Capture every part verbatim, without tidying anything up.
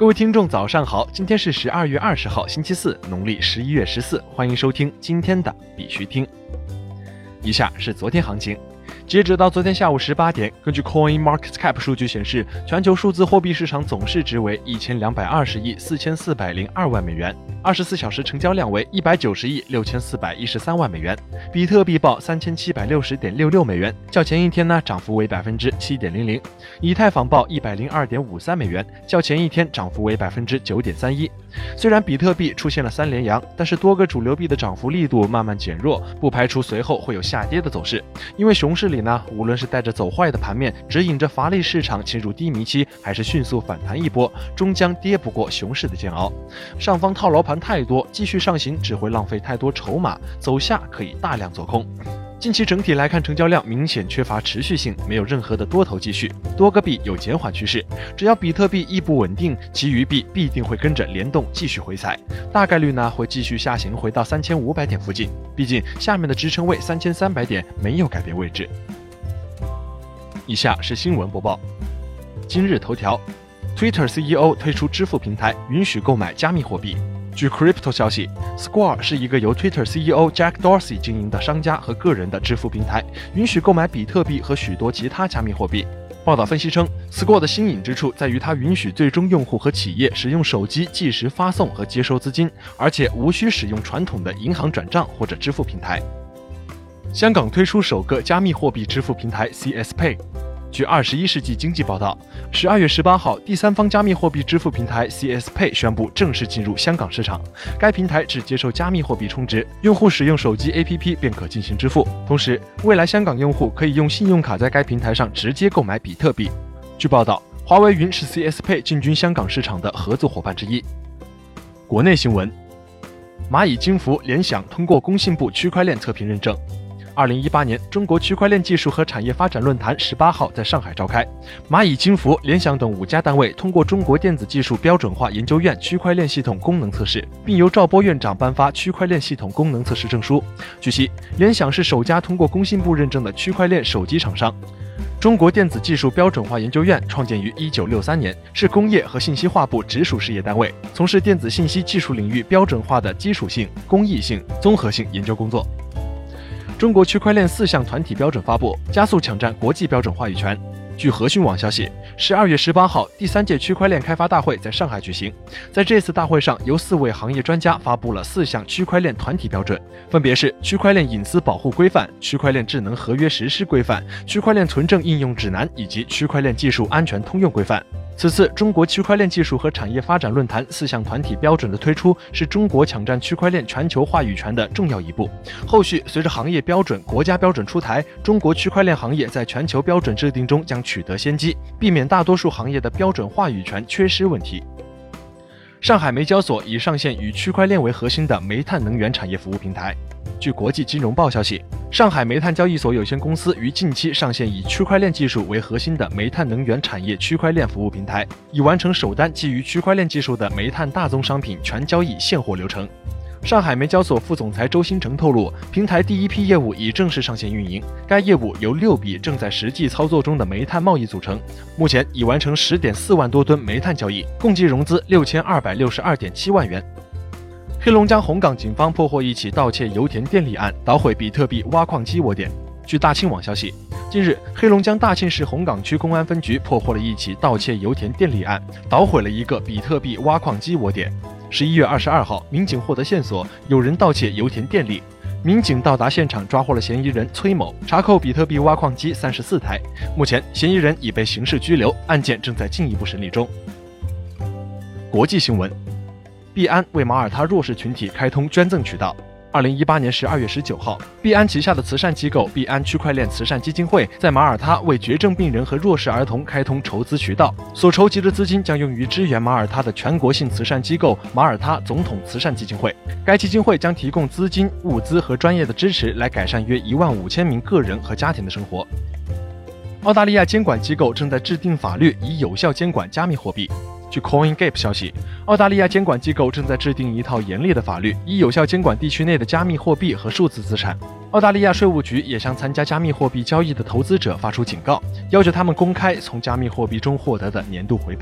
各位听众早上好，今天是十二月二十号星期四，农历十一月十四，欢迎收听今天的必须听。以下是昨天行情。截止到昨天下午十八点，根据 CoinMarketCap 数据显示，全球数字货币市场总市值为一千两百二十亿四千四百零二万美元，二十四小时成交量为一百九十亿六千四百一十三万美元。比特币报三千七百六十点六六美元，较前一天呢涨幅为百分之七点零零。以太坊报一百零二点五三美元，较前一天涨幅为百分之九点三一。虽然比特币出现了三连阳，但是多个主流币的涨幅力度慢慢减弱，不排除随后会有下跌的走势。因为熊市里呢，无论是带着走坏的盘面，指引着乏力市场进入低迷期，还是迅速反弹一波，终将跌不过熊市的煎熬。上方套牢盘太多，继续上行只会浪费太多筹码，走下可以大量做空。近期整体来看，成交量明显缺乏持续性，没有任何的多头继续，多个币有减缓趋势。只要比特币亦不稳定，其余币必定会跟着联动继续回踩，大概率呢会继续下行回到三千五百点附近，毕竟下面的支撑位三千三百点没有改变位置。以下是新闻播报。今日头条 ，Twitter C E O 推出支付平台，允许购买加密货币。据 Crypto 消息 ，Square 是一个由 Twitter C E O Jack Dorsey 经营的商家和个人的支付平台，允许购买比特币和许多其他加密货币。报道分析称 ，Square 的新颖之处在于它允许最终用户和企业使用手机即时发送和接收资金，而且无需使用传统的银行转账或者支付平台。香港推出首个加密货币支付平台 C S Pay。据二十一世纪经济报道，十二月十八号，第三方加密货币支付平台 C S Pay 宣布正式进入香港市场。该平台只接受加密货币充值，用户使用手机 A P P 便可进行支付。同时，未来香港用户可以用信用卡在该平台上直接购买比特币。据报道，华为云是 C S Pay 进军香港市场的合作伙伴之一。国内新闻，蚂蚁金服、联想通过工信部区块链测评认证。二零一八年中国区块链技术和产业发展论坛十八号在上海召开，蚂蚁金服、联想等五家单位通过中国电子技术标准化研究院区块链系统功能测试，并由赵波院长颁发区块链系统功能测试证书。据悉，联想是首家通过工信部认证的区块链手机厂商。中国电子技术标准化研究院创建于一九六三年，是工业和信息化部直属事业单位，从事电子信息技术领域标准化的基础性、公益性、综合性研究工作。中国区块链四项团体标准发布，加速抢占国际标准话语权。据和讯网消息，十二月十八号，第三届区块链开发大会在上海举行。在这次大会上，由四位行业专家发布了四项区块链团体标准，分别是区块链隐私保护规范、区块链智能合约实施规范、区块链存证应用指南以及区块链技术安全通用规范。此次中国区块链技术和产业发展论坛四项团体标准的推出，是中国抢占区块链全球话语权的重要一步。后续随着行业标准、国家标准出台，中国区块链行业在全球标准制定中将取得先机，避免大多数行业的标准话语权缺失问题。上海煤交所已上线以区块链为核心的煤炭能源产业服务平台。据国际金融报消息，上海煤炭交易所有限公司于近期上线以区块链技术为核心的煤炭能源产业区块链服务平台，已完成首单基于区块链技术的煤炭大宗商品全交易现货流程。上海煤交所副总裁周新成透露，平台第一批业务已正式上线运营，该业务由六笔正在实际操作中的煤炭贸易组成，目前已完成 十点四万多吨煤炭交易，共计融资六千二百六十二点七万元。黑龙江红岗警方破获一起盗窃油田电力案，捣毁比特币挖矿机窝点。据大庆网消息，近日黑龙江大庆市红岗区公安分局破获了一起盗窃油田电力案，捣毁了一个比特币挖矿机窝点。十一月二十二号，民警获得线索，有人盗窃油田电力。民警到达现场，抓获了嫌疑人崔某，查扣比特币挖矿机三十四台。目前，嫌疑人已被刑事拘留，案件正在进一步审理中。国际新闻，币安为马耳他弱势群体开通捐赠渠道。二零一八年十二月十九号，币安旗下的慈善机构币安区块链慈善基金会在马耳他为绝症病人和弱势儿童开通筹资渠道，所筹集的资金将用于支援马耳他的全国性慈善机构马耳他总统慈善基金会。该基金会将提供资金、物资和专业的支持，来改善约一万五千名个人和家庭的生活。澳大利亚监管机构正在制定法律，以有效监管加密货币。据 CoinGate 消息，澳大利亚监管机构正在制定一套严厉的法律，以有效监管地区内的加密货币和数字资产。澳大利亚税务局也向参加加密货币交易的投资者发出警告，要求他们公开从加密货币中获得的年度回报。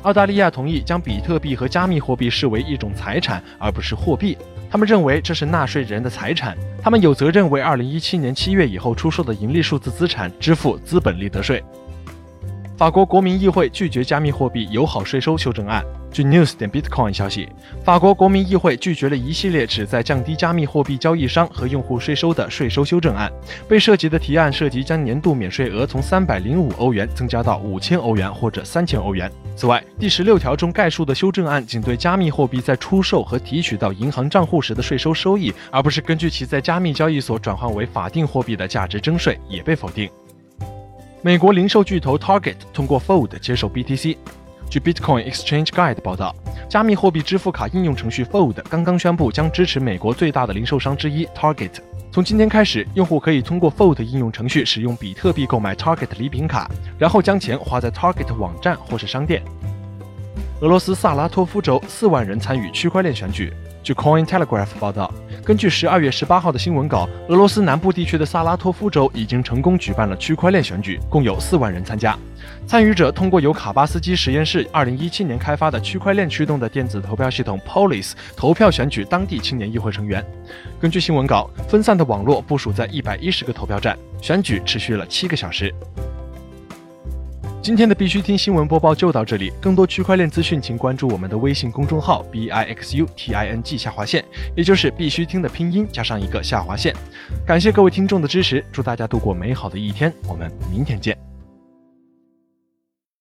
澳大利亚同意将比特币和加密货币视为一种财产，而不是货币。他们认为这是纳税人的财产，他们有责任为二零一七年七月以后出售的盈利数字资产支付资本利得税。法国国民议会拒绝加密货币友好税收修正案。据 News 点 Bitcoin 消息，法国国民议会拒绝了一系列旨在降低加密货币交易商和用户税收的税收修正案。被涉及的提案涉及将年度免税额从三百零五欧元增加到五千欧元或者三千欧元。此外，第十六条中概述的修正案仅对加密货币在出售和提取到银行账户时的税收收益，而不是根据其在加密交易所转换为法定货币的价值征税，也被否定。美国零售巨头 Target 通过 Fold 接受 B T C。据 Bitcoin Exchange Guide 报道，加密货币支付卡应用程序 Fold 刚刚宣布将支持美国最大的零售商之一 Target。从今天开始，用户可以通过 Fold 应用程序使用比特币购买 Target 礼品卡，然后将钱花在 Target 网站或是商店。俄罗斯萨拉托夫州四万人参与区块链选举。据 Cointelegraph 报道，根据十二月十八号的新闻稿，俄罗斯南部地区的萨拉托夫州已经成功举办了区块链选举，共有四万人参加。参与者通过由卡巴斯基实验室二零一七年开发的区块链驱动的电子投票系统 Polis 投票选举当地青年议会成员。根据新闻稿，分散的网络部署在一百一十个投票站，选举持续了七个小时。今天的必须听新闻播报就到这里，更多区块链资讯请关注我们的微信公众号 B I X U T I N G 下划线，也就是必须听的拼音加上一个下划线。感谢各位听众的支持，祝大家度过美好的一天，我们明天见。